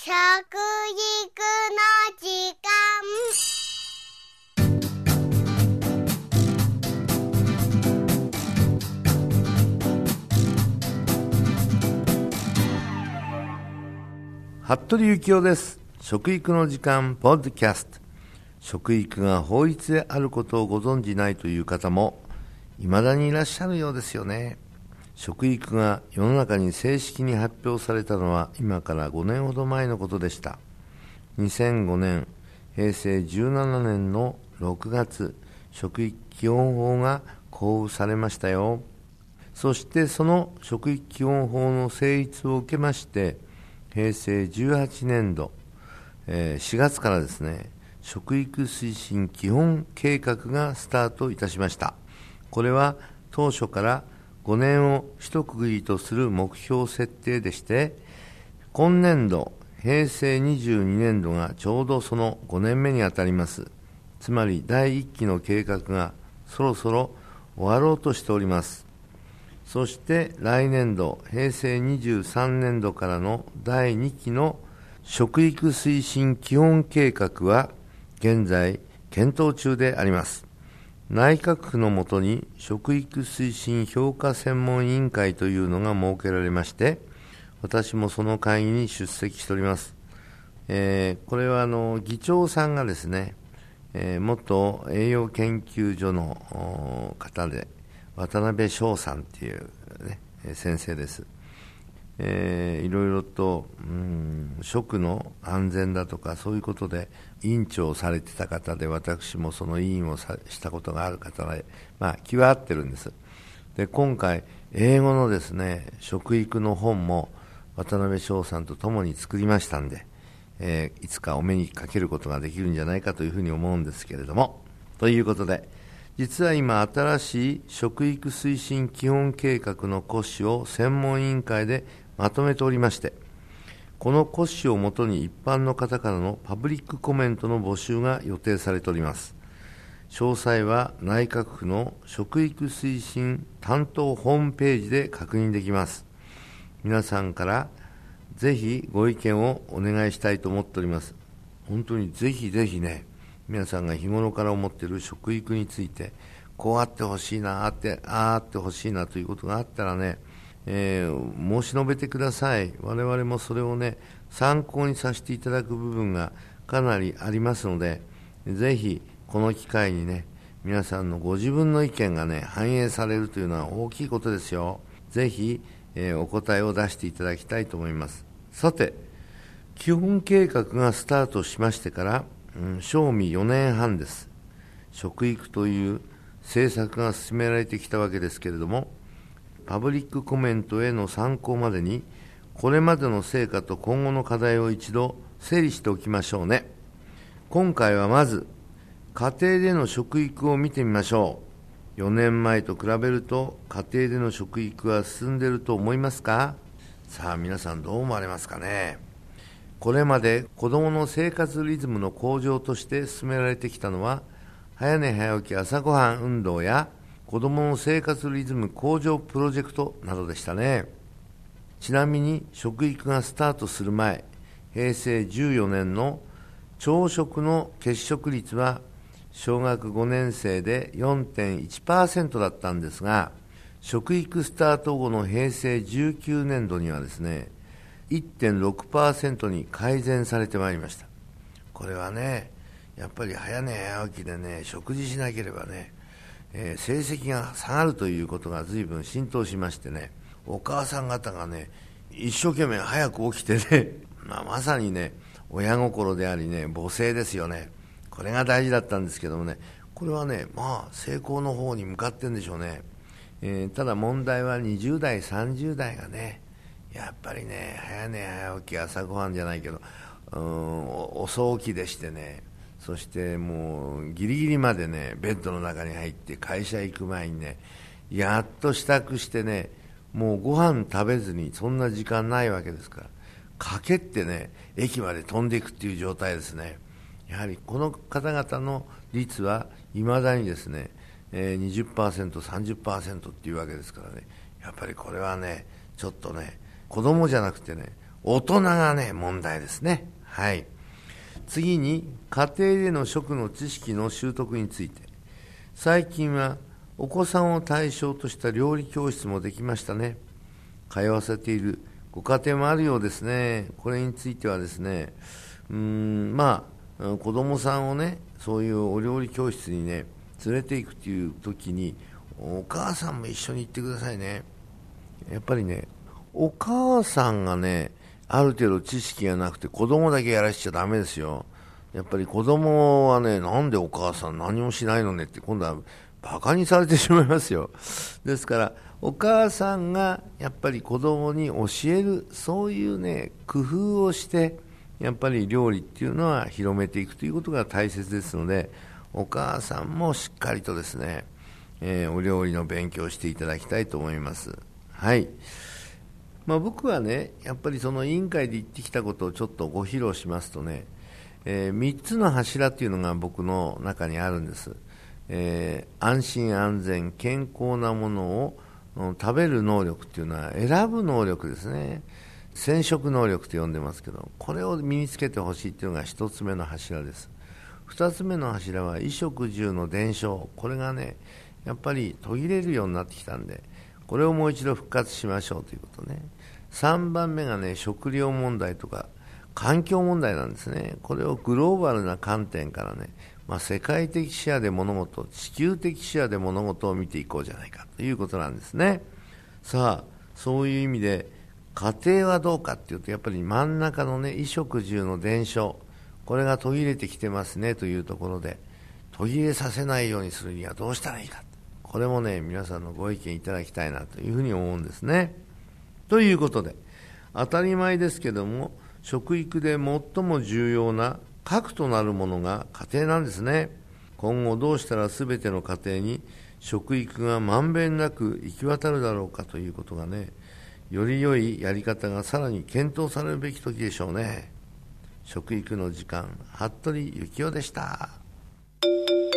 食育の時間。 服部幸男です。食育の時間ポッドキャスト。食育が法律であることをご存じないという方も未だにいらっしゃるようですよね。食育が世の中に正式に発表されたのは今から5年ほど前のことでした。2005年平成17年の6月、食育基本法が公布されましたよ。そしてその食育基本法の成立を受けまして平成18年度、4月からですね、食育推進基本計画がスタートいたしました。これは当初から5年を一区切りとする目標設定でして、今年度平成22年度がちょうどその5年目にあたります。つまり第1期の計画がそろそろ終わろうとしております。そして来年度平成23年度からの第2期の食育推進基本計画は現在検討中であります。内閣府の下に食育推進評価専門委員会というのが設けられまして、私もその会議に出席しております。これは議長さんがですね、元栄養研究所の方で渡辺翔さんっていう、ね、先生です。いろいろと、食の安全だとかそういうことで委員長をされてた方で、私もその委員をしたことがある方で、気は合ってるんです。で、今回英語のですね食育の本も渡辺翔さんと共に作りましたんで、いつかお目にかけることができるんじゃないかというふうに思うんですけれども、ということで実は今新しい食育推進基本計画の骨子を専門委員会でまとめておりまして、この骨子をもとに一般の方からのパブリックコメントの募集が予定されております。詳細は内閣府の食育推進担当ホームページで確認できます。皆さんからぜひご意見をお願いしたいと思っております。本当にぜひぜひね、皆さんが日頃から思っている食育について、こうあってほしいな、あってほしいなということがあったらね、申し述べてください。我々もそれをね、参考にさせていただく部分がかなりありますので、ぜひこの機会にね、皆さんのご自分の意見がね、反映されるというのは大きいことですよ。ぜひ、お答えを出していただきたいと思います。さて、基本計画がスタートしましてから、正味4年半です。食育という政策が進められてきたわけですけれども、パブリックコメントへの参考までに、これまでの成果と今後の課題を一度整理しておきましょうね。今回はまず、家庭での食育を見てみましょう。4年前と比べると、家庭での食育は進んでいると思いますか？さあ皆さんどう思われますかね。これまで子どもの生活リズムの向上として進められてきたのは、早寝早起き朝ごはん運動や子どもの生活リズム向上プロジェクトなどでしたね。ちなみに食育がスタートする前、平成14年の朝食の欠食率は小学5年生で 4.1% だったんですが、食育スタート後の平成19年度にはですね、1.6% に改善されてまいりました。これはね、やっぱり早寝早起きでね、食事しなければね、成績が下がるということが随分浸透しましてね、お母さん方がね、一生懸命早く起きてね、まさにね、親心でありね、母性ですよね。これが大事だったんですけどもね、これはね、成功の方に向かってるんでしょうね。ただ問題は20代、30代がね、やっぱりね、早寝早起き朝ごはんじゃないけど、遅起きでしてね、そしてもうギリギリまでね、ベッドの中に入って会社行く前にね、やっと支度してね、もうご飯食べずにそんな時間ないわけですから、駆けってね、駅まで飛んでいくっていう状態ですね。やはりこの方々の率はいまだにですね、20%、30% っていうわけですからね、やっぱりこれはね、ちょっとね、子供じゃなくてね、 大人がね、問題ですね。はい。次に、家庭での食の知識の習得について。最近は、お子さんを対象とした料理教室もできましたね。通わせているご家庭もあるようですね。これについてはですね、子供さんをね、そういうお料理教室にね、連れて行くっていう時に、お母さんも一緒に行ってくださいね。やっぱりね、お母さんがね、ある程度知識がなくて子供だけやらしちゃダメですよ。やっぱり子供はね、なんでお母さん何もしないのねって今度はバカにされてしまいますよ。ですからお母さんがやっぱり子供に教える、そういうね、工夫をしてやっぱり料理っていうのは広めていくということが大切ですので、お母さんもしっかりとですね、お料理の勉強をしていただきたいと思います。はい。僕はね、やっぱりその委員会で言ってきたことをちょっとご披露しますとね、3つの柱っていうのが僕の中にあるんです。安心安全健康なものを食べる能力っていうのは選ぶ能力ですね。選食能力と呼んでますけど、これを身につけてほしいっていうのが1つ目の柱です。2つ目の柱は衣食住の伝承。これがね、やっぱり途切れるようになってきたんで、これをもう一度復活しましょうということね。3番目がね、食料問題とか環境問題なんですね。これをグローバルな観点からね、世界的視野で物事、地球的視野で物事を見ていこうじゃないかということなんですね。さあ、そういう意味で家庭はどうかっていうと、やっぱり真ん中のね、衣食住の伝承、これが途切れてきてますねというところで、途切れさせないようにするにはどうしたらいいか、これもね、皆さんのご意見いただきたいなというふうに思うんですね。ということで、当たり前ですけども、食育で最も重要な核となるものが家庭なんですね。今後どうしたら全ての家庭に食育がまんべんなく行き渡るだろうかということがね、より良いやり方がさらに検討されるべき時でしょうね。食育の時間、服部幸男でした。